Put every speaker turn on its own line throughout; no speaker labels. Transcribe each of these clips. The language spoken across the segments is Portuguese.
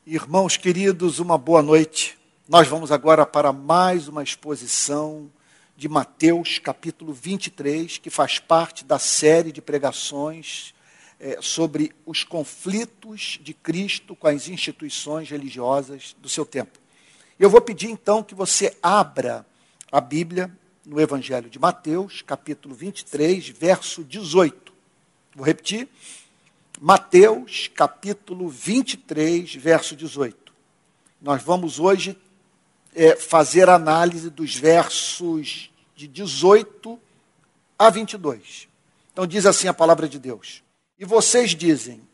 Irmãos queridos, uma boa noite. Nós vamos agora para mais uma exposição de Mateus, capítulo 23, que faz parte da série de pregações sobre os conflitos de Cristo com as instituições religiosas do seu tempo. Eu vou pedir então que você abra a Bíblia no Evangelho de Mateus, capítulo 23, verso 18. Vou repetir. Mateus, capítulo 23, verso 18. Nós vamos hoje fazer análise dos versos de 18 a 22. Então diz assim a palavra de Deus. E vocês dizem,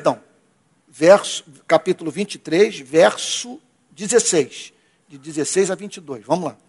capítulo 23, verso 16. De 16 a 22, vamos lá.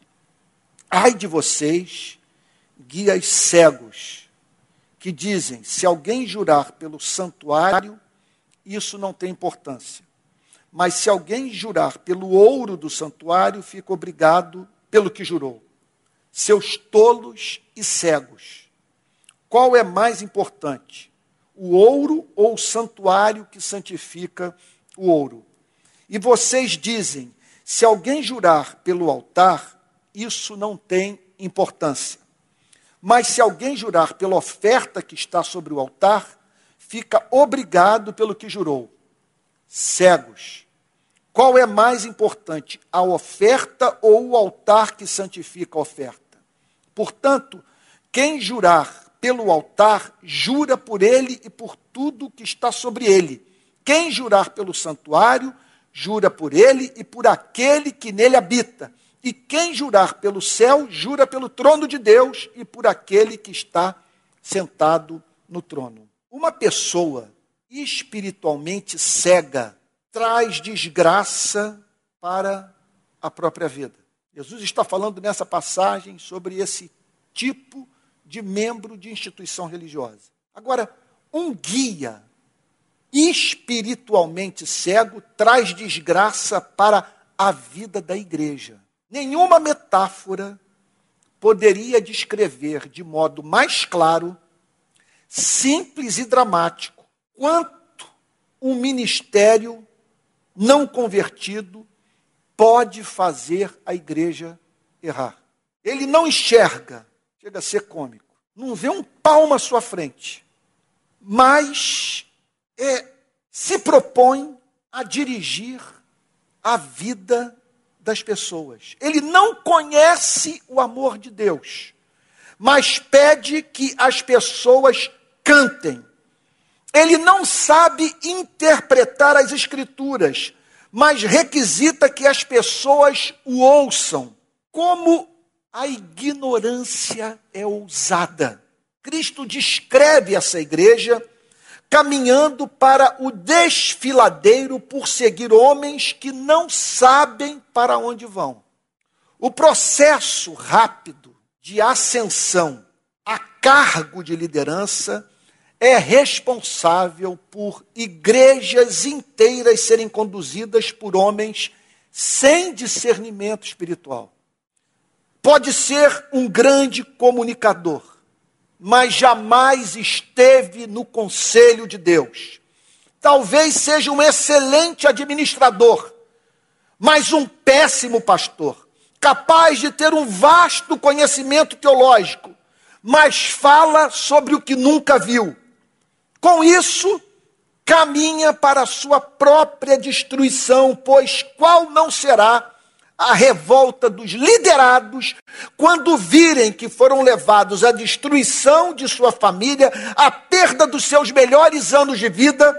Ai de vocês, guias cegos, que dizem, se alguém jurar pelo santuário, isso não tem importância. Mas se alguém jurar pelo ouro do santuário, fica obrigado pelo que jurou. Seus tolos e cegos. Qual é mais importante? O ouro ou o santuário que santifica o ouro? E vocês dizem, se alguém jurar pelo altar, isso não tem importância. Mas se alguém jurar pela oferta que está sobre o altar, fica obrigado pelo que jurou. Cegos. Qual é mais importante, a oferta ou o altar que santifica a oferta? Portanto, quem jurar pelo altar, jura por ele e por tudo que está sobre ele. Quem jurar pelo santuário, jura por ele e por aquele que nele habita. E quem jurar pelo céu, jura pelo trono de Deus e por aquele que está sentado no trono. Uma pessoa espiritualmente cega traz desgraça para a própria vida. Jesus está falando nessa passagem sobre esse tipo de membro de instituição religiosa. Agora, um guia espiritualmente cego traz desgraça para a vida da igreja. Nenhuma metáfora poderia descrever de modo mais claro, simples e dramático, quanto um ministério não convertido pode fazer a igreja errar. Ele não enxerga, chega a ser cômico, não vê um palmo à sua frente, mas se propõe a dirigir a vida das pessoas. Ele não conhece o amor de Deus, mas pede que as pessoas cantem. Ele não sabe interpretar as Escrituras, mas requisita que as pessoas o ouçam. Como a ignorância é ousada. Cristo descreve essa igreja caminhando para o desfiladeiro por seguir homens que não sabem para onde vão. O processo rápido de ascensão a cargo de liderança é responsável por igrejas inteiras serem conduzidas por homens sem discernimento espiritual. Pode ser um grande comunicador, mas jamais esteve no conselho de Deus. Talvez seja um excelente administrador, mas um péssimo pastor, capaz de ter um vasto conhecimento teológico, mas fala sobre o que nunca viu. Com isso, caminha para a sua própria destruição, pois qual não será a revolta dos liderados quando virem que foram levados à destruição de sua família, à perda dos seus melhores anos de vida,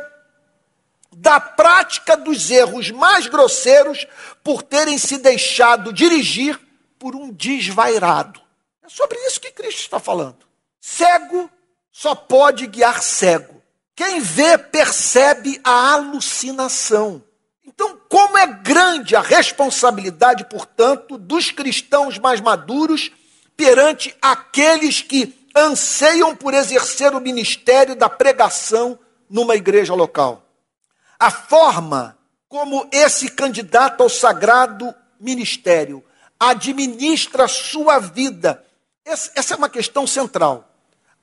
da prática dos erros mais grosseiros por terem se deixado dirigir por um desvairado. É sobre isso que Cristo está falando. Cego só pode guiar cego. Quem vê percebe a alucinação. Então, como é grande a responsabilidade, portanto, dos cristãos mais maduros perante aqueles que anseiam por exercer o ministério da pregação numa igreja local. A forma como esse candidato ao sagrado ministério administra a sua vida, essa é uma questão central.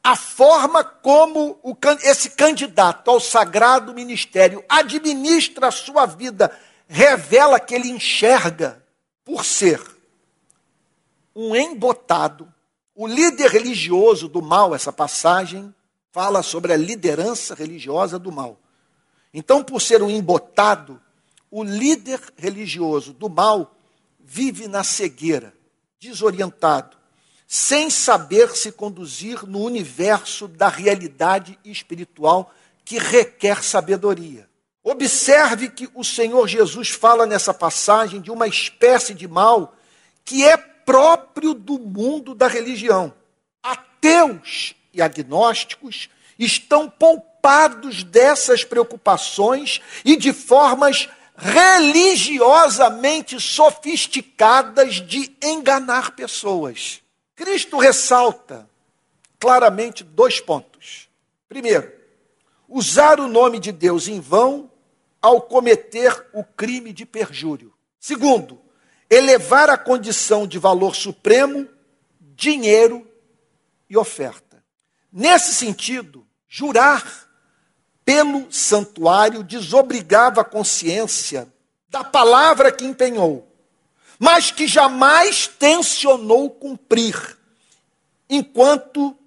a forma como esse candidato ao sagrado ministério administra a sua vida revela que ele enxerga, por ser um embotado, o líder religioso do mal. Essa passagem fala sobre a liderança religiosa do mal. Então, por ser um embotado, o líder religioso do mal vive na cegueira, desorientado, sem saber se conduzir no universo da realidade espiritual que requer sabedoria. Observe que o Senhor Jesus fala nessa passagem de uma espécie de mal que é próprio do mundo da religião. Ateus e agnósticos estão poupados dessas preocupações e de formas religiosamente sofisticadas de enganar pessoas. Cristo ressalta claramente 2 pontos. Primeiro, usar o nome de Deus em vão ao cometer o crime de perjúrio. Segundo, elevar a condição de valor supremo, dinheiro e oferta. Nesse sentido, jurar pelo santuário desobrigava a consciência da palavra que empenhou, mas que jamais tencionou cumprir, enquanto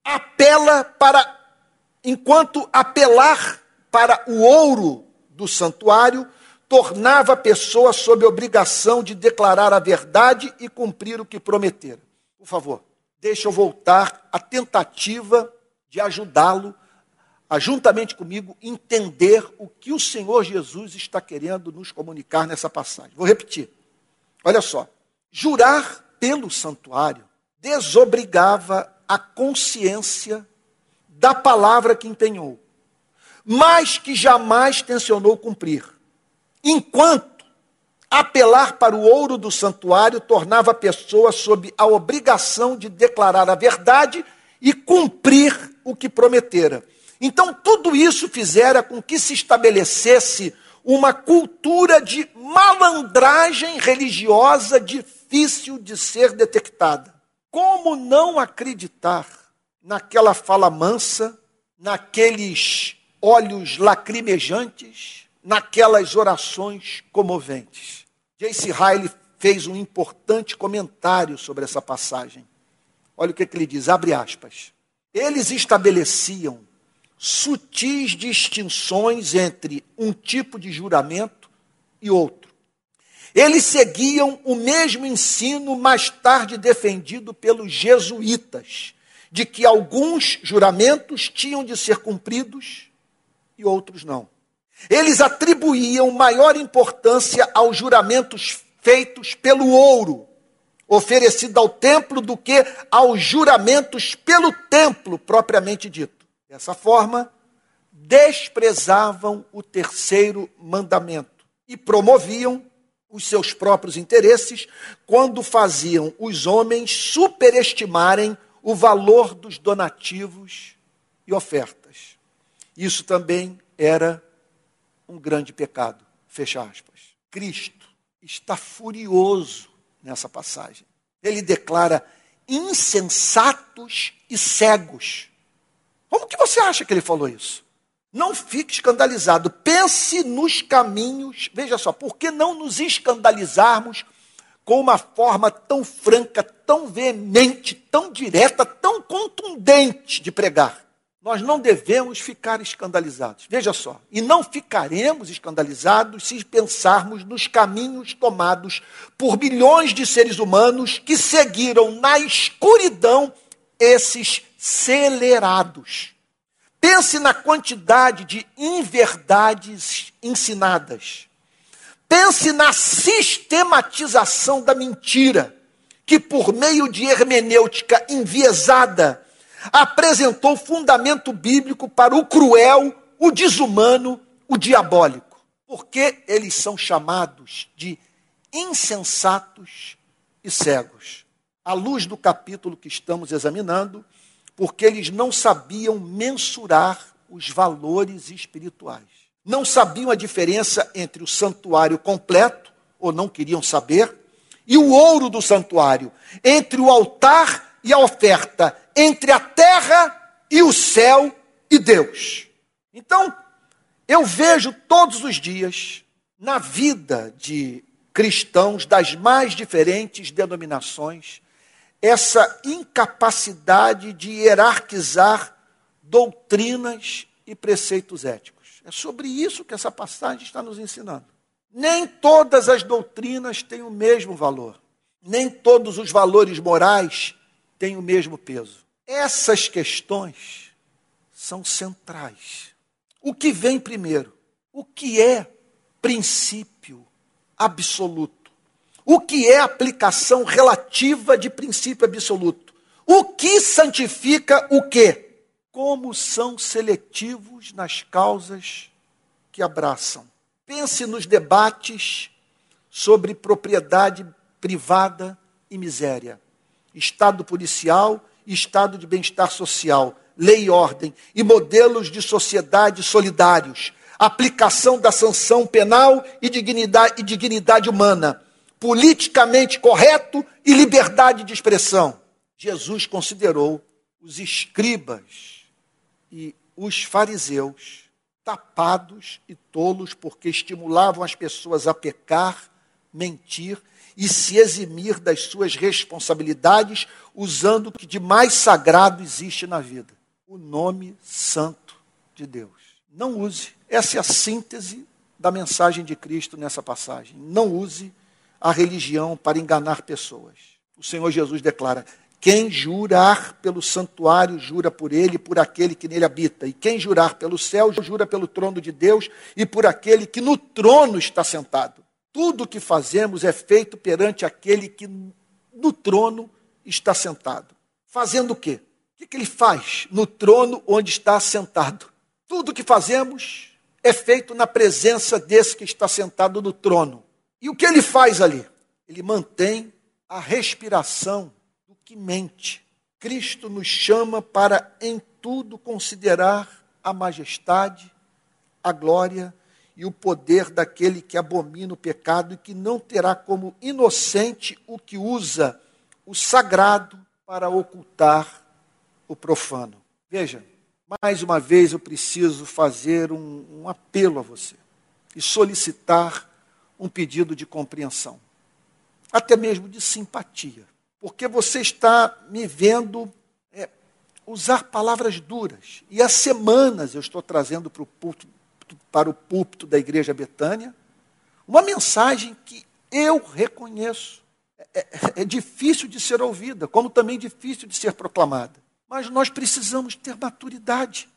apelar para o ouro do santuário tornava a pessoa sob obrigação de declarar a verdade e cumprir o que prometera. Por favor, deixa eu voltar à tentativa de ajudá-lo a, juntamente comigo, entender o que o Senhor Jesus está querendo nos comunicar nessa passagem. Vou repetir. Olha só. Jurar pelo santuário desobrigava a consciência da palavra que empenhou, mas que jamais tencionou cumprir, enquanto apelar para o ouro do santuário tornava a pessoa sob a obrigação de declarar a verdade e cumprir o que prometera. Então, tudo isso fizera com que se estabelecesse uma cultura de malandragem religiosa difícil de ser detectada. Como não acreditar naquela fala mansa, naqueles olhos lacrimejantes, naquelas orações comoventes? J.C. Ryle fez um importante comentário sobre essa passagem. Olha o que ele diz, abre aspas. Eles estabeleciam sutis distinções entre um tipo de juramento e outro. Eles seguiam o mesmo ensino mais tarde defendido pelos jesuítas, de que alguns juramentos tinham de ser cumpridos e outros não. Eles atribuíam maior importância aos juramentos feitos pelo ouro oferecido ao templo do que aos juramentos pelo templo propriamente dito. Dessa forma, desprezavam o terceiro mandamento e promoviam os seus próprios interesses quando faziam os homens superestimarem o valor dos donativos e ofertas. Isso também era um grande pecado. Fecha aspas. Cristo está furioso nessa passagem. Ele declara insensatos e cegos. Como que você acha que ele falou isso? Não fique escandalizado. Pense nos caminhos. Veja só, por que não nos escandalizarmos com uma forma tão franca, tão veemente, tão direta, tão contundente de pregar? Nós não devemos ficar escandalizados. Veja só, e não ficaremos escandalizados se pensarmos nos caminhos tomados por bilhões de seres humanos que seguiram na escuridão esses celerados. Pense na quantidade de inverdades ensinadas. Pense na sistematização da mentira, que por meio de hermenêutica enviesada apresentou fundamento bíblico para o cruel, o desumano, o diabólico. Porque eles são chamados de insensatos e cegos. À luz do capítulo que estamos examinando, porque eles não sabiam mensurar os valores espirituais. Não sabiam a diferença entre o santuário completo, ou não queriam saber, e o ouro do santuário, entre o altar e a oferta, entre a terra e o céu e Deus. Então, eu vejo todos os dias na vida de cristãos das mais diferentes denominações essa incapacidade de hierarquizar doutrinas e preceitos éticos. É sobre isso que essa passagem está nos ensinando. Nem todas as doutrinas têm o mesmo valor. Nem todos os valores morais têm o mesmo peso. Essas questões são centrais. O que vem primeiro? O que é princípio absoluto? O que é aplicação relativa de princípio absoluto? O que santifica o quê? Como são seletivos nas causas que abraçam. Pense nos debates sobre propriedade privada e miséria, estado policial e estado de bem-estar social, lei e ordem e modelos de sociedade solidários, aplicação da sanção penal e dignidade humana, politicamente correto e liberdade de expressão. Jesus considerou os escribas e os fariseus tapados e tolos porque estimulavam as pessoas a pecar, mentir e se eximir das suas responsabilidades usando o que de mais sagrado existe na vida, o nome santo de Deus. Não use, essa é a síntese da mensagem de Cristo nessa passagem. Não use a religião para enganar pessoas. O Senhor Jesus declara: quem jurar pelo santuário, jura por ele e por aquele que nele habita. E quem jurar pelo céu, jura pelo trono de Deus e por aquele que no trono está sentado. Tudo o que fazemos é feito perante aquele que no trono está sentado. Fazendo o quê? O que ele faz no trono onde está sentado? Tudo o que fazemos é feito na presença desse que está sentado no trono. E o que ele faz ali? Ele mantém a respiração do que mente. Cristo nos chama para em tudo considerar a majestade, a glória e o poder daquele que abomina o pecado e que não terá como inocente o que usa o sagrado para ocultar o profano. Veja, mais uma vez eu preciso fazer um apelo a você e solicitar um pedido de compreensão, até mesmo de simpatia, porque você está me vendo usar palavras duras, e há semanas eu estou trazendo para o púlpito da Igreja Betânia uma mensagem que eu reconheço, é difícil de ser ouvida, como também difícil de ser proclamada, mas nós precisamos ter maturidade.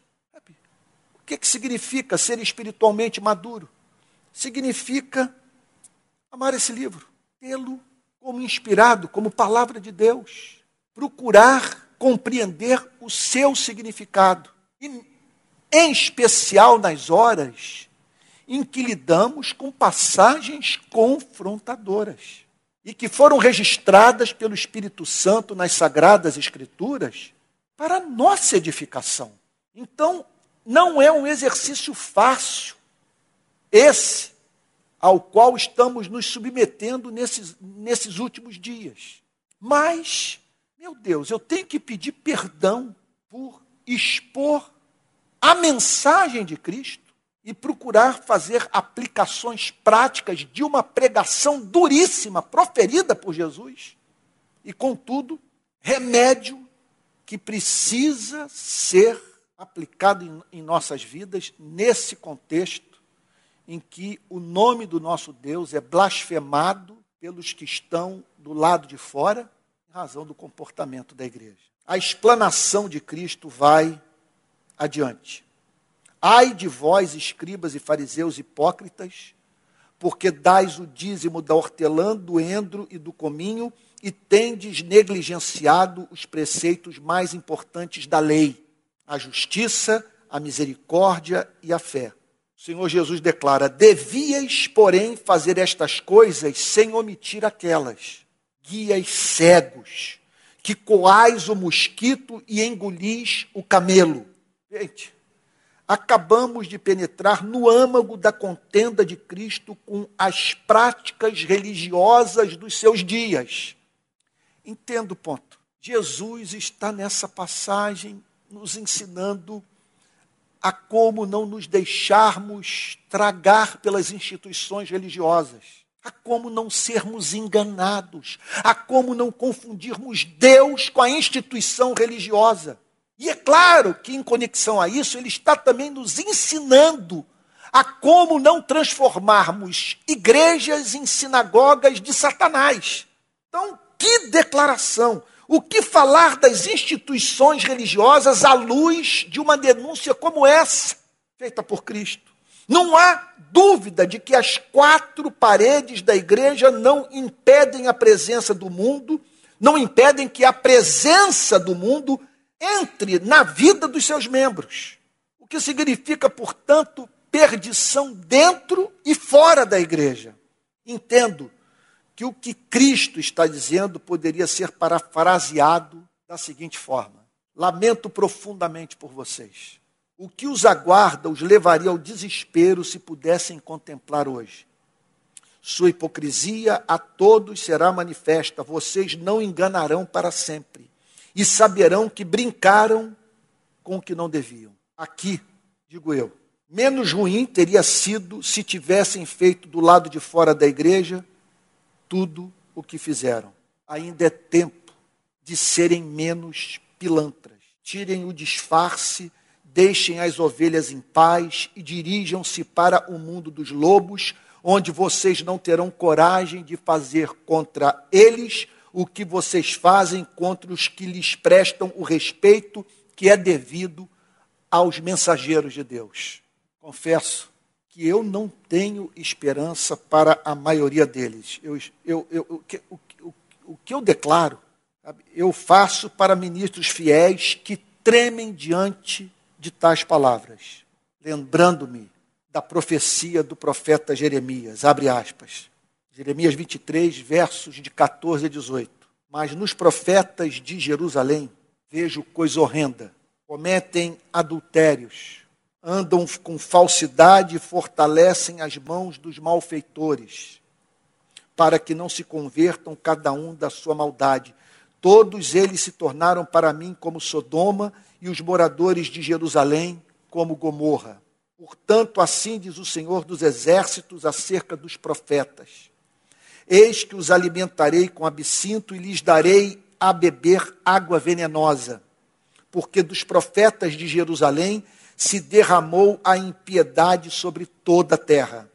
O que significa ser espiritualmente maduro? Significa amar esse livro, tê-lo como inspirado, como palavra de Deus, procurar compreender o seu significado, e em especial nas horas em que lidamos com passagens confrontadoras e que foram registradas pelo Espírito Santo nas Sagradas Escrituras para a nossa edificação. Então, não é um exercício fácil esse ao qual estamos nos submetendo nesses últimos dias. Mas, meu Deus, eu tenho que pedir perdão por expor a mensagem de Cristo e procurar fazer aplicações práticas de uma pregação duríssima, proferida por Jesus, e, contudo, remédio que precisa ser aplicado em nossas vidas nesse contexto em que o nome do nosso Deus é blasfemado pelos que estão do lado de fora, em razão do comportamento da igreja. A explanação de Cristo vai adiante. Ai de vós, escribas e fariseus hipócritas, porque dais o dízimo da hortelã, do endro e do cominho, e tendes negligenciado os preceitos mais importantes da lei, a justiça, a misericórdia e a fé. O Senhor Jesus declara: devíeis, porém, fazer estas coisas sem omitir aquelas. Guias cegos, que coais o mosquito e engolis o camelo. Gente, acabamos de penetrar no âmago da contenda de Cristo com as práticas religiosas dos seus dias. Entenda o ponto. Jesus está nessa passagem nos ensinando a como não nos deixarmos tragar pelas instituições religiosas, a como não sermos enganados, a como não confundirmos Deus com a instituição religiosa. E é claro que, em conexão a isso, ele está também nos ensinando a como não transformarmos igrejas em sinagogas de Satanás. Então, que declaração! O que falar das instituições religiosas à luz de uma denúncia como essa, feita por Cristo? Não há dúvida de que as 4 paredes da igreja não impedem a presença do mundo, não impedem que a presença do mundo entre na vida dos seus membros. O que significa, portanto, perdição dentro e fora da igreja. Entendo que o que Cristo está dizendo poderia ser parafraseado da seguinte forma: lamento profundamente por vocês. O que os aguarda os levaria ao desespero se pudessem contemplar hoje. Sua hipocrisia a todos será manifesta, vocês não enganarão para sempre, e saberão que brincaram com o que não deviam. Aqui, digo eu, menos ruim teria sido se tivessem feito do lado de fora da igreja tudo o que fizeram. Ainda é tempo de serem menos pilantras. Tirem o disfarce, deixem as ovelhas em paz e dirijam-se para o mundo dos lobos, onde vocês não terão coragem de fazer contra eles o que vocês fazem contra os que lhes prestam o respeito que é devido aos mensageiros de Deus. Confesso que eu não tenho esperança para a maioria deles. O que eu declaro, sabe, eu faço para ministros fiéis que tremem diante de tais palavras, lembrando-me da profecia do profeta Jeremias, abre aspas, Jeremias 23, versos de 14 a 18. Mas nos profetas de Jerusalém vejo coisa horrenda, cometem adultérios, andam com falsidade e fortalecem as mãos dos malfeitores, para que não se convertam cada um da sua maldade. Todos eles se tornaram para mim como Sodoma e os moradores de Jerusalém como Gomorra. Portanto, assim diz o Senhor dos Exércitos acerca dos profetas: eis que os alimentarei com absinto e lhes darei a beber água venenosa, porque dos profetas de Jerusalém se derramou a impiedade sobre toda a terra.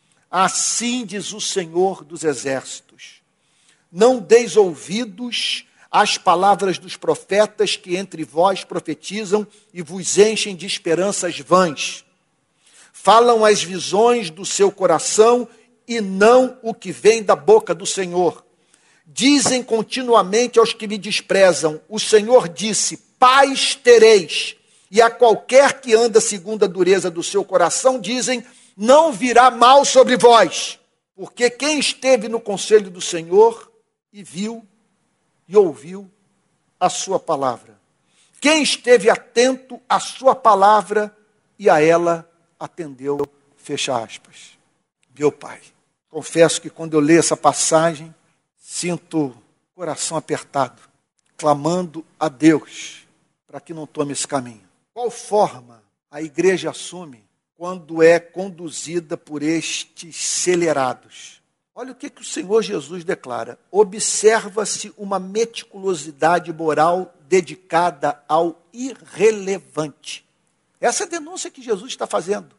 Assim diz o Senhor dos Exércitos: não deis ouvidos às palavras dos profetas que entre vós profetizam e vos enchem de esperanças vãs. Falam as visões do seu coração e não o que vem da boca do Senhor. Dizem continuamente aos que me desprezam: o Senhor disse, paz tereis. E a qualquer que anda segundo a dureza do seu coração, dizem, não virá mal sobre vós. Porque quem esteve no conselho do Senhor e viu e ouviu a sua palavra. Quem esteve atento à sua palavra e a ela atendeu, fecha aspas. Meu Pai, confesso que quando eu leio essa passagem, sinto o coração apertado, clamando a Deus para que não tome esse caminho. Qual forma a igreja assume quando é conduzida por estes celerados? Olha o que o Senhor Jesus declara: observa-se uma meticulosidade moral dedicada ao irrelevante. Essa é a denúncia que Jesus está fazendo.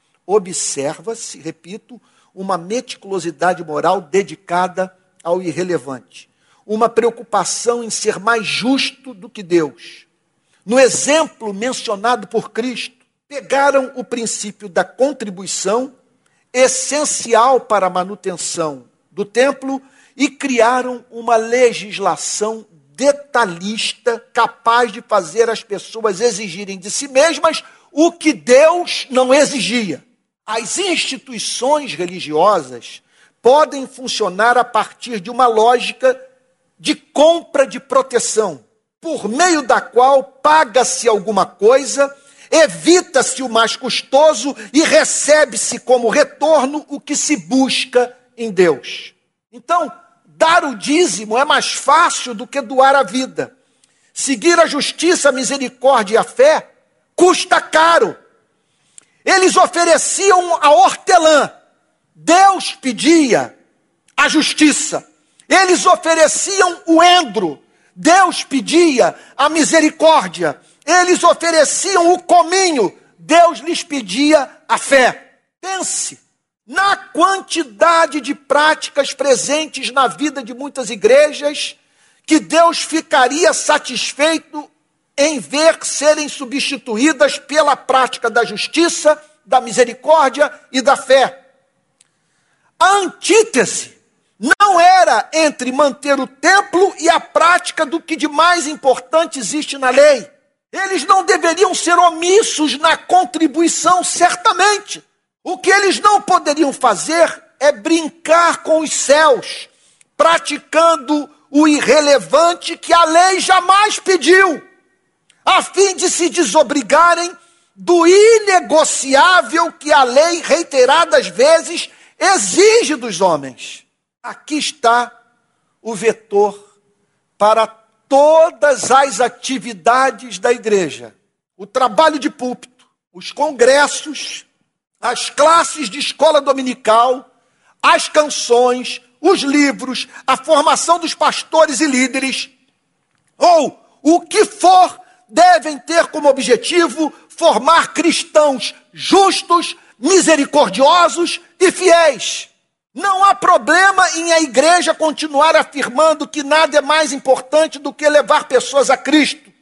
Observa-se, repito, uma meticulosidade moral dedicada ao irrelevante. Uma preocupação em ser mais justo do que Deus. No exemplo mencionado por Cristo, pegaram o princípio da contribuição, essencial para a manutenção do templo, e criaram uma legislação detalhista capaz de fazer as pessoas exigirem de si mesmas o que Deus não exigia. As instituições religiosas podem funcionar a partir de uma lógica de compra de proteção, por meio da qual paga-se alguma coisa, evita-se o mais custoso e recebe-se como retorno o que se busca em Deus. Então, dar o dízimo é mais fácil do que doar a vida. seguir a justiça, a misericórdia e a fé, custa caro. Eles ofereciam a hortelã, Deus pedia a justiça. Eles ofereciam o endro, Deus pedia a misericórdia. Eles ofereciam o cominho, Deus lhes pedia a fé. Pense na quantidade de práticas presentes na vida de muitas igrejas que Deus ficaria satisfeito em ver serem substituídas pela prática da justiça, da misericórdia e da fé. A antítese não era entre manter o templo e a prática do que de mais importante existe na lei. Eles não deveriam ser omissos na contribuição, certamente. O que eles não poderiam fazer é brincar com os céus, praticando o irrelevante que a lei jamais pediu, a fim de se desobrigarem do inegociável que a lei reiteradas vezes exige dos homens. Aqui está o vetor para todas as atividades da igreja: o trabalho de púlpito, os congressos, as classes de escola dominical, as canções, os livros, a formação dos pastores e líderes, ou o que for, devem ter como objetivo formar cristãos justos, misericordiosos e fiéis. Não há problema em a igreja continuar afirmando que nada é mais importante do que levar pessoas a Cristo,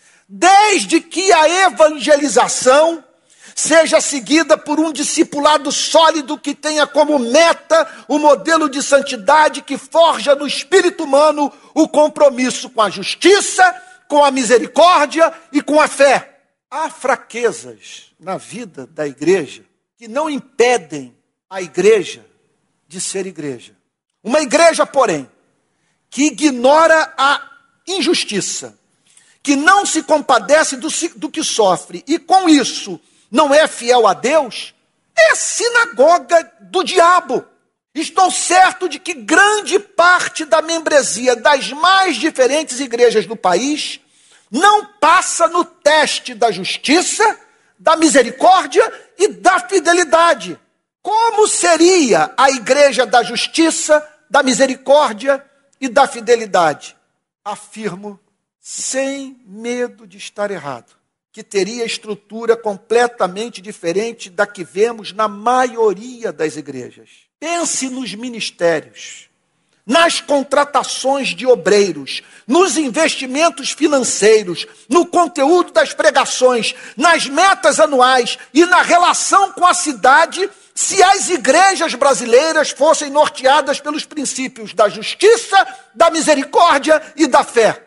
desde que a evangelização seja seguida por um discipulado sólido que tenha como meta o modelo de santidade que forja no espírito humano o compromisso com a justiça, com a misericórdia e com a fé. Há fraquezas na vida da igreja que não impedem a igreja de ser igreja. Uma igreja, porém, que ignora a injustiça, que não se compadece do que sofre e com isso não é fiel a Deus, é sinagoga do diabo. Estou certo de que grande parte da membresia das mais diferentes igrejas do país não passa no teste da justiça, da misericórdia e da fidelidade. Como seria a igreja da justiça, da misericórdia e da fidelidade? Afirmo, sem medo de estar errado, que teria estrutura completamente diferente da que vemos na maioria das igrejas. Pense nos ministérios, nas contratações de obreiros, nos investimentos financeiros, no conteúdo das pregações, nas metas anuais e na relação com a cidade, se as igrejas brasileiras fossem norteadas pelos princípios da justiça, da misericórdia e da fé.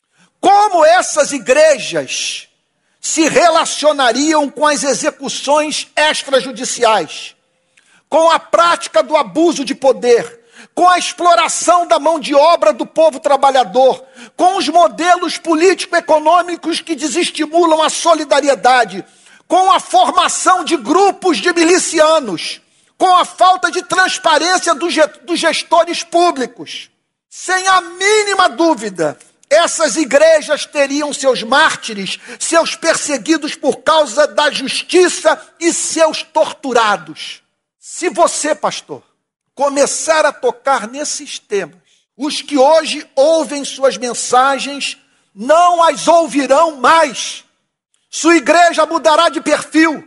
Como essas igrejas se relacionariam com as execuções extrajudiciais, com a prática do abuso de poder, com a exploração da mão de obra do povo trabalhador, com os modelos político-econômicos que desestimulam a solidariedade, com a formação de grupos de milicianos, com a falta de transparência dos gestores públicos? Sem a mínima dúvida, essas igrejas teriam seus mártires, seus perseguidos por causa da justiça e seus torturados. Se você, pastor, começar a tocar nesses temas, os que hoje ouvem suas mensagens não as ouvirão mais. Sua igreja mudará de perfil.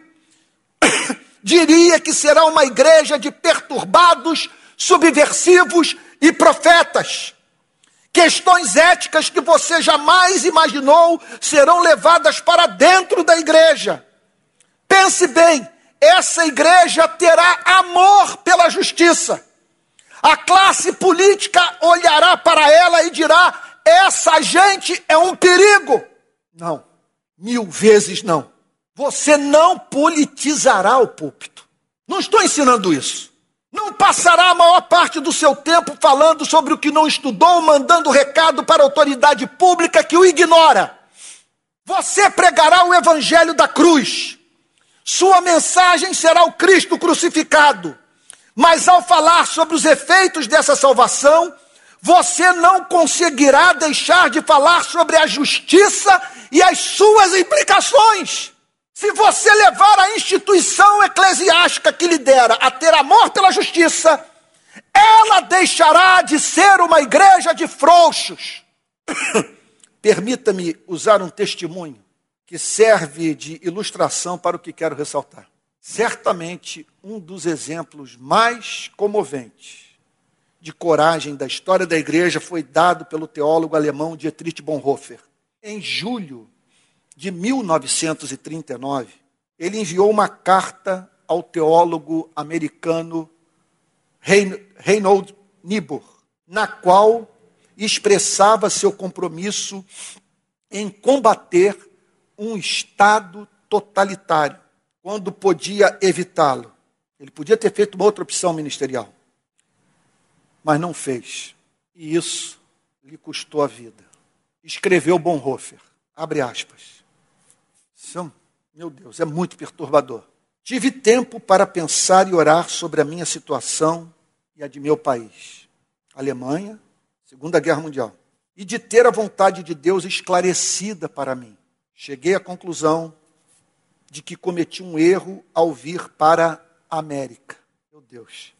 Diria que será uma igreja de perturbados, subversivos e profetas. Questões éticas que você jamais imaginou serão levadas para dentro da igreja. Pense bem, essa igreja terá amor pela justiça. A classe política olhará para ela e dirá: essa gente é um perigo. Não, 1000 vezes não. Você não politizará o púlpito. Não estou ensinando isso. Não passará a maior parte do seu tempo falando sobre o que não estudou, mandando recado para a autoridade pública que o ignora. Você pregará o evangelho da cruz. Sua mensagem será o Cristo crucificado. Mas ao falar sobre os efeitos dessa salvação, você não conseguirá deixar de falar sobre a justiça e as suas implicações. Se você levar a instituição eclesiástica que lidera a ter amor pela justiça, ela deixará de ser uma igreja de frouxos. Permita-me usar um testemunho que serve de ilustração para o que quero ressaltar. Certamente, um dos exemplos mais comoventes de coragem da história da igreja foi dado pelo teólogo alemão Dietrich Bonhoeffer. Em julho de 1939, ele enviou uma carta ao teólogo americano Reinhold Niebuhr, na qual expressava seu compromisso em combater um Estado totalitário, quando podia evitá-lo. Ele podia ter feito uma outra opção ministerial, mas não fez. E isso lhe custou a vida. Escreveu Bonhoeffer, abre aspas. Meu Deus, é muito perturbador. Tive tempo para pensar e orar sobre a minha situação e a de meu país. Alemanha, Segunda Guerra Mundial. E de ter a vontade de Deus esclarecida para mim. Cheguei à conclusão de que cometi um erro ao vir para a América. Meu Deus.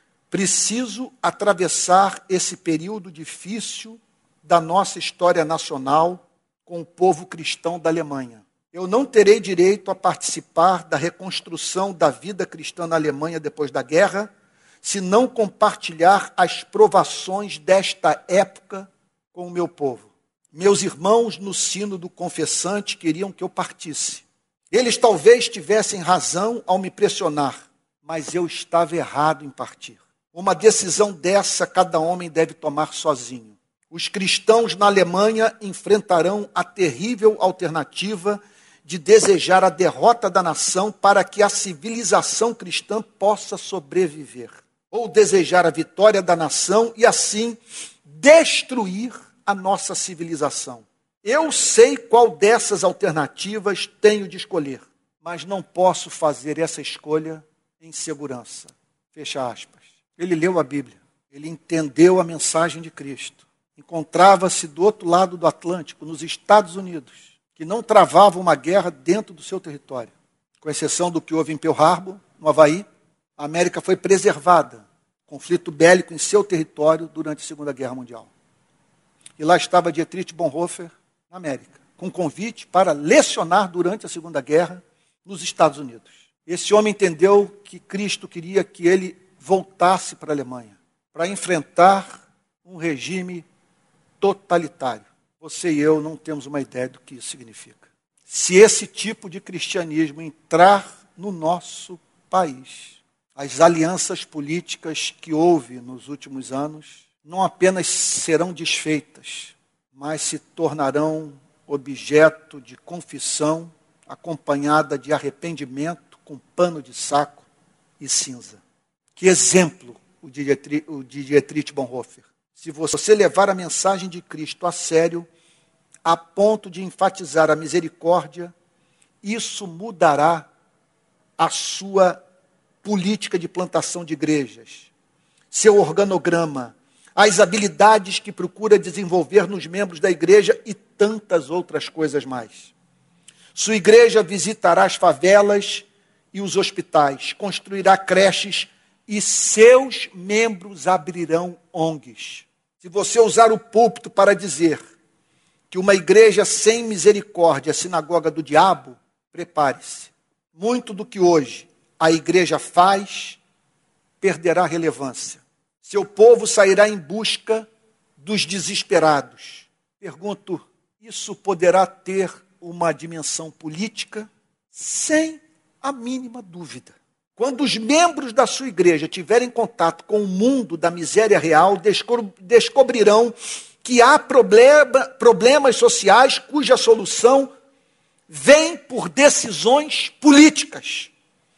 Preciso atravessar esse período difícil da nossa história nacional com o povo cristão da Alemanha. Eu não terei direito a participar da reconstrução da vida cristã na Alemanha depois da guerra, se não compartilhar as provações desta época com o meu povo. Meus irmãos no sínodo confessante queriam que eu partisse. Eles talvez tivessem razão ao me pressionar, mas eu estava errado em partir. Uma decisão dessa cada homem deve tomar sozinho. Os cristãos na Alemanha enfrentarão a terrível alternativa de desejar a derrota da nação para que a civilização cristã possa sobreviver. Ou desejar a vitória da nação e assim destruir a nossa civilização. Eu sei qual dessas alternativas tenho de escolher, mas não posso fazer essa escolha em segurança. Fecha aspas. Ele leu a Bíblia, ele entendeu a mensagem de Cristo. Encontrava-se do outro lado do Atlântico, nos Estados Unidos, que não travava uma guerra dentro do seu território. Com exceção do que houve em Pearl Harbor, no Havaí, a América foi preservada. Conflito bélico em seu território durante a Segunda Guerra Mundial. E lá estava Dietrich Bonhoeffer, na América, com convite para lecionar durante a Segunda Guerra nos Estados Unidos. Esse homem entendeu que Cristo queria que ele voltasse para a Alemanha, para enfrentar um regime totalitário. Você e eu não temos uma ideia do que isso significa. Se esse tipo de cristianismo entrar no nosso país, as alianças políticas que houve nos últimos anos não apenas serão desfeitas, mas se tornarão objeto de confissão acompanhada de arrependimento com pano de saco e cinza. Que exemplo o de Dietrich Bonhoeffer. Se você levar a mensagem de Cristo a sério, a ponto de enfatizar a misericórdia, isso mudará a sua política de plantação de igrejas, seu organograma, as habilidades que procura desenvolver nos membros da igreja e tantas outras coisas mais. Sua igreja visitará as favelas e os hospitais, construirá creches e seus membros abrirão ONGs. Se você usar o púlpito para dizer que uma igreja sem misericórdia é a sinagoga do diabo, prepare-se. Muito do que hoje a igreja faz perderá relevância. Seu povo sairá em busca dos desesperados. Pergunto, isso poderá ter uma dimensão política? Sem a mínima dúvida. Quando os membros da sua igreja tiverem contato com o mundo da miséria real, descobrirão que há problemas sociais cuja solução vem por decisões políticas.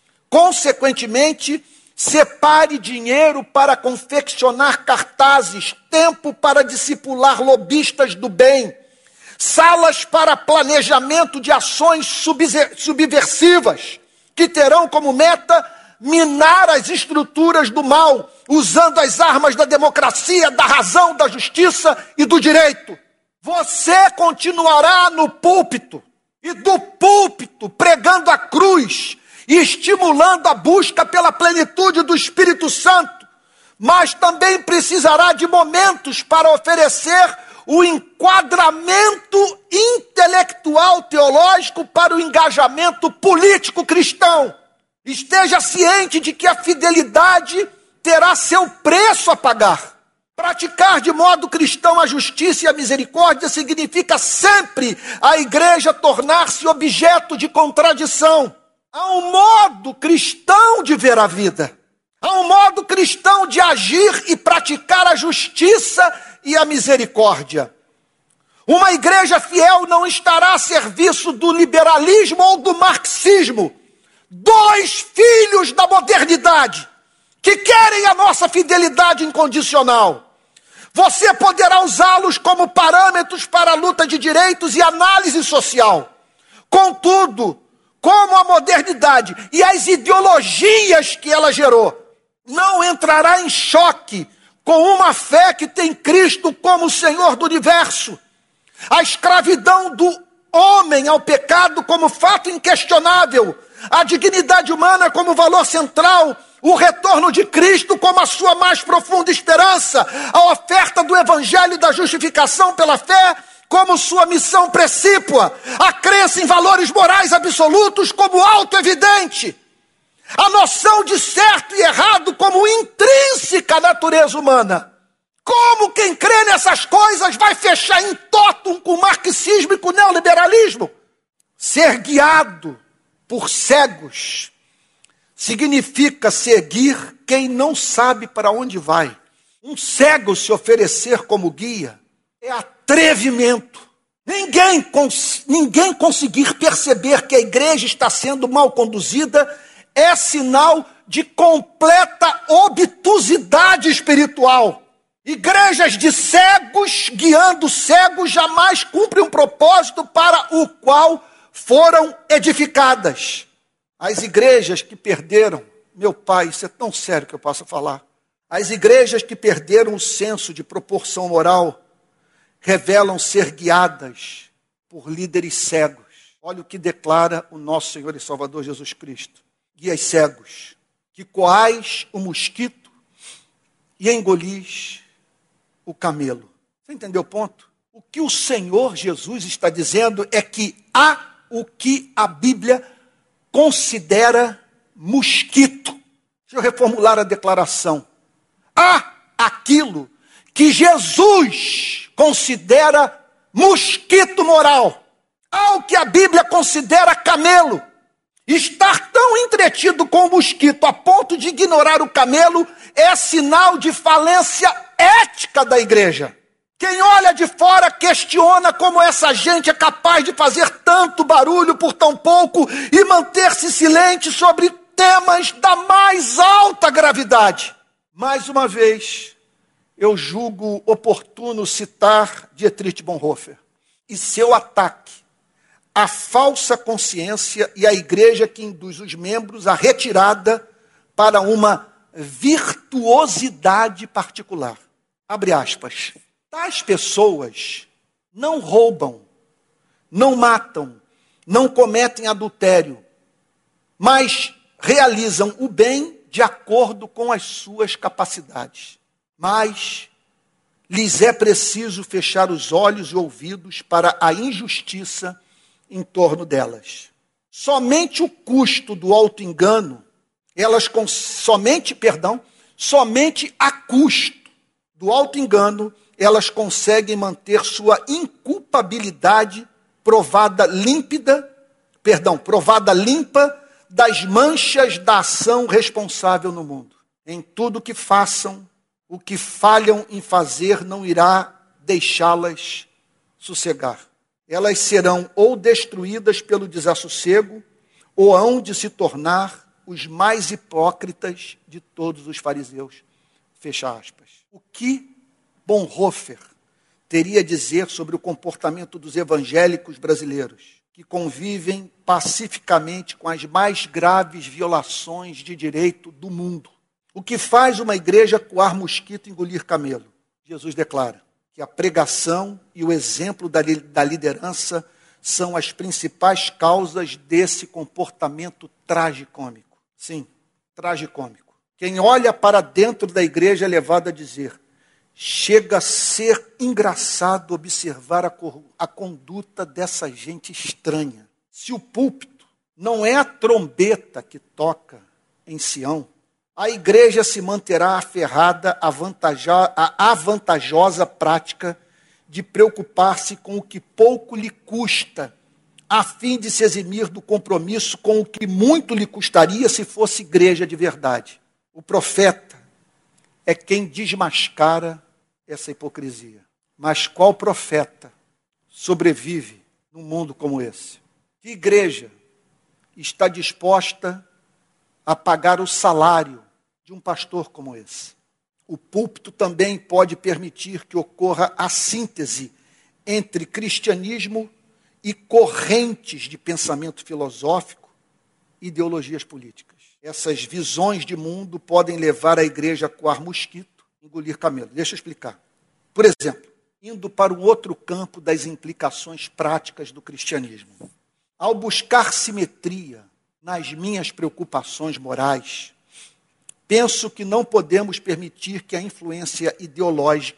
Consequentemente, separe dinheiro para confeccionar cartazes, tempo para discipular lobistas do bem, salas para planejamento de ações subversivas, que terão como meta minar as estruturas do mal, usando as armas da democracia, da razão, da justiça e do direito. Você continuará no púlpito, e do púlpito pregando a cruz e estimulando a busca pela plenitude do Espírito Santo, mas também precisará de momentos para oferecer o enquadramento intelectual teológico para o engajamento político cristão. Esteja ciente de que a fidelidade terá seu preço a pagar. Praticar de modo cristão a justiça e a misericórdia significa sempre a igreja tornar-se objeto de contradição. Há um modo cristão de ver a vida. Há um modo cristão de agir e praticar a justiça e a misericórdia. Uma igreja fiel não estará a serviço do liberalismo ou do marxismo. Dois filhos da modernidade que querem a nossa fidelidade incondicional. Você poderá usá-los como parâmetros para a luta de direitos e análise social. Contudo, como a modernidade e as ideologias que ela gerou não entrará em choque com uma fé que tem Cristo como Senhor do universo, a escravidão do homem ao pecado como fato inquestionável, a dignidade humana como valor central, o retorno de Cristo como a sua mais profunda esperança, a oferta do evangelho e da justificação pela fé como sua missão precípua, a crença em valores morais absolutos como auto-evidente, a noção de certo e errado como intrínseca à natureza humana. Como quem crê nessas coisas vai fechar em tótum com o marxismo e com o neoliberalismo? Ser guiado por cegos significa seguir quem não sabe para onde vai. Um cego se oferecer como guia é atrevimento. Ninguém conseguir perceber que a igreja está sendo mal conduzida é sinal de completa obtusidade espiritual. Igrejas de cegos guiando cegos jamais cumprem um propósito para o qual foram edificadas. As igrejas que perderam, meu pai, isso é tão sério que eu posso falar. As igrejas que perderam o senso de proporção moral revelam ser guiadas por líderes cegos. Olha o que declara o nosso Senhor e Salvador Jesus Cristo. Guias cegos, que coais o mosquito e engolis o camelo. Você entendeu o ponto? O que o Senhor Jesus está dizendo é que há o que a Bíblia considera mosquito. Deixa eu reformular a declaração. Há aquilo que Jesus considera mosquito moral. Há o que a Bíblia considera camelo. Estar tão entretido com o mosquito a ponto de ignorar o camelo é sinal de falência ética da igreja. Quem olha de fora questiona como essa gente é capaz de fazer tanto barulho por tão pouco e manter-se silente sobre temas da mais alta gravidade. Mais uma vez, eu julgo oportuno citar Dietrich Bonhoeffer e seu ataque à falsa consciência e à igreja que induz os membros à retirada para uma virtuosidade particular. Abre aspas. Tais pessoas não roubam, não matam, não cometem adultério, mas realizam o bem de acordo com as suas capacidades. Mas lhes é preciso fechar os olhos e ouvidos para a injustiça em torno delas. Somente o custo do auto-engano, somente a custo do auto-engano, elas conseguem manter sua inculpabilidade provada limpa das manchas da ação responsável no mundo. Em tudo que façam, o que falham em fazer não irá deixá-las sossegar. Elas serão ou destruídas pelo desassossego, ou hão de se tornar os mais hipócritas de todos os fariseus. Fecha aspas. O que Bonhoeffer teria a dizer sobre o comportamento dos evangélicos brasileiros? que convivem pacificamente com as mais graves violações de direito do mundo. O que faz uma igreja coar mosquito e engolir camelo? Jesus declara que a pregação e o exemplo da liderança são as principais causas desse comportamento tragicômico. Sim, tragicômico. Quem olha para dentro da igreja é levado a dizer: chega a ser engraçado observar a conduta dessa gente estranha. Se o púlpito não é a trombeta que toca em Sião, a igreja se manterá aferrada à avantajosa prática de preocupar-se com o que pouco lhe custa, a fim de se eximir do compromisso com o que muito lhe custaria se fosse igreja de verdade. O profeta é quem desmascara essa hipocrisia. Mas qual profeta sobrevive num mundo como esse? Que igreja está disposta a pagar o salário de um pastor como esse? O púlpito também pode permitir que ocorra a síntese entre cristianismo e correntes de pensamento filosófico e ideologias políticas. Essas visões de mundo podem levar a igreja a coar mosquito, engolir camelo. Deixa eu explicar. Por exemplo, indo para um outro campo das implicações práticas do cristianismo. Ao buscar simetria nas minhas preocupações morais, penso que não podemos permitir que a influência ideológica,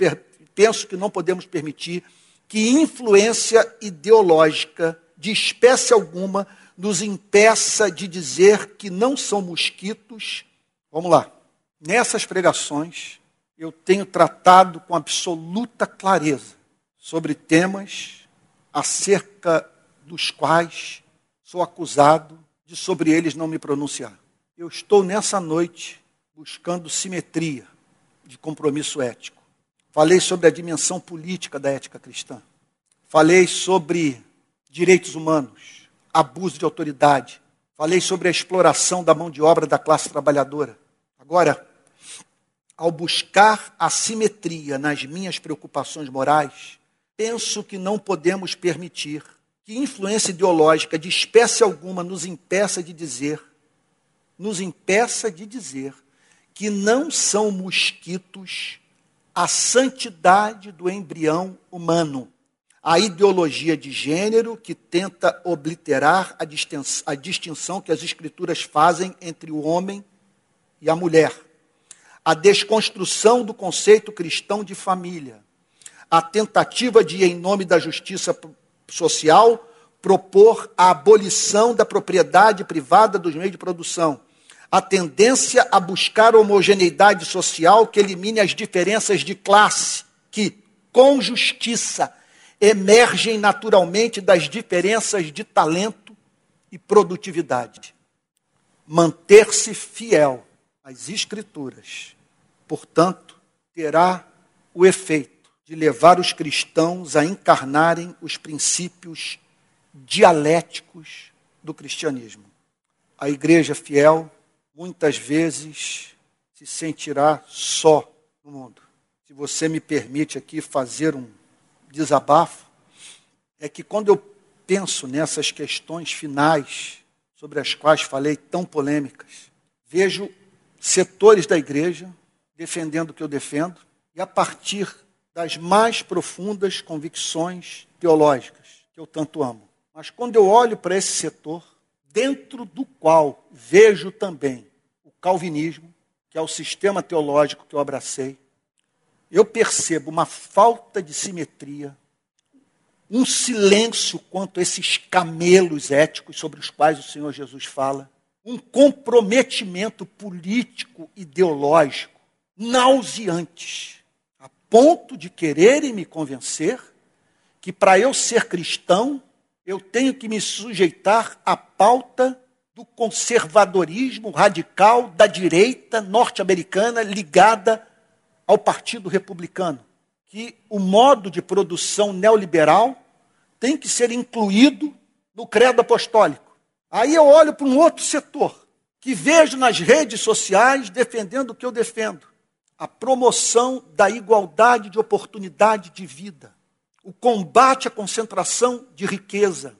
influência ideológica de espécie alguma nos impeça de dizer que não são mosquitos. Vamos lá. Nessas pregações, eu tenho tratado com absoluta clareza sobre temas acerca dos quais sou acusado de sobre eles não me pronunciar. Eu estou nessa noite buscando simetria de compromisso ético. Falei sobre a dimensão política da ética cristã. Falei sobre direitos humanos, abuso de autoridade. Falei sobre a exploração da mão de obra da classe trabalhadora. Agora, ao buscar a simetria nas minhas preocupações morais, penso que não podemos permitir que influência ideológica de espécie alguma nos impeça de dizer que não são mosquitos a santidade do embrião humano, a ideologia de gênero que tenta obliterar a distinção que as Escrituras fazem entre o homem e a mulher, a desconstrução do conceito cristão de família, a tentativa de, em nome da justiça social, propor a abolição da propriedade privada dos meios de produção, a tendência a buscar homogeneidade social que elimine as diferenças de classe, que, com justiça, emergem naturalmente das diferenças de talento e produtividade. Manter-se fiel às Escrituras, portanto, terá o efeito de levar os cristãos a encarnarem os princípios dialéticos do cristianismo. A igreja fiel, muitas vezes, se sentirá só no mundo. Se você me permite aqui fazer um desabafo, é que quando eu penso nessas questões finais, sobre as quais falei, tão polêmicas, vejo setores da igreja defendendo o que eu defendo, e a partir das mais profundas convicções teológicas que eu tanto amo. Mas quando eu olho para esse setor, dentro do qual vejo também o calvinismo, que é o sistema teológico que eu abracei, eu percebo uma falta de simetria, um silêncio quanto a esses camelos éticos sobre os quais o Senhor Jesus fala, um comprometimento político, ideológico, nauseantes, a ponto de quererem me convencer que para eu ser cristão, eu tenho que me sujeitar à pauta do conservadorismo radical da direita norte-americana ligada ao Partido Republicano, que o modo de produção neoliberal tem que ser incluído no credo apostólico. Aí eu olho para um outro setor, que vejo nas redes sociais defendendo o que eu defendo, a promoção da igualdade de oportunidade de vida, o combate à concentração de riqueza,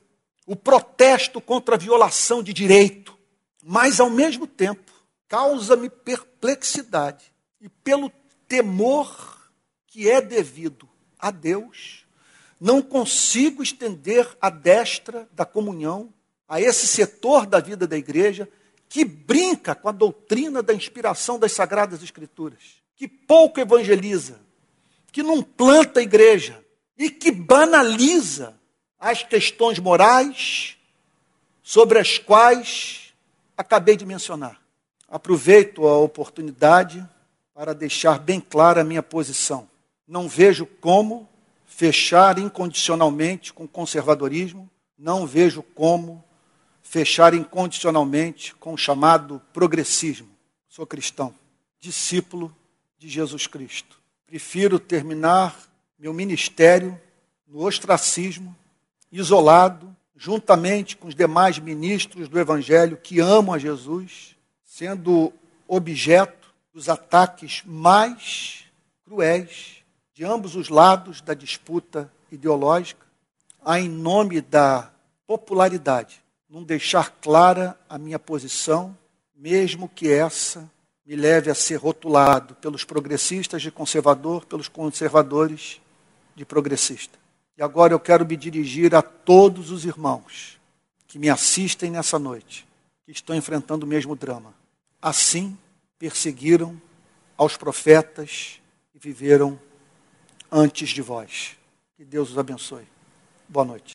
o protesto contra a violação de direito, mas, ao mesmo tempo, causa-me perplexidade. E pelo temor que é devido a Deus, não consigo estender a destra da comunhão a esse setor da vida da igreja que brinca com a doutrina da inspiração das Sagradas Escrituras, que pouco evangeliza, que não planta a igreja e que banaliza as questões morais sobre as quais acabei de mencionar. Aproveito a oportunidade para deixar bem clara a minha posição. Não vejo como fechar incondicionalmente com o conservadorismo, não vejo como fechar incondicionalmente com o chamado progressismo. Sou cristão, discípulo de Jesus Cristo. Prefiro terminar meu ministério no ostracismo, isolado, juntamente com os demais ministros do Evangelho que amam a Jesus, sendo objeto dos ataques mais cruéis de ambos os lados da disputa ideológica, a, em nome da popularidade, não deixar clara a minha posição, mesmo que essa me leve a ser rotulado pelos progressistas de conservador, pelos conservadores de progressista. E agora eu quero me dirigir a todos os irmãos que me assistem nessa noite, que estão enfrentando o mesmo drama. Assim, perseguiram aos profetas que viveram antes de vós. Que Deus os abençoe. Boa noite.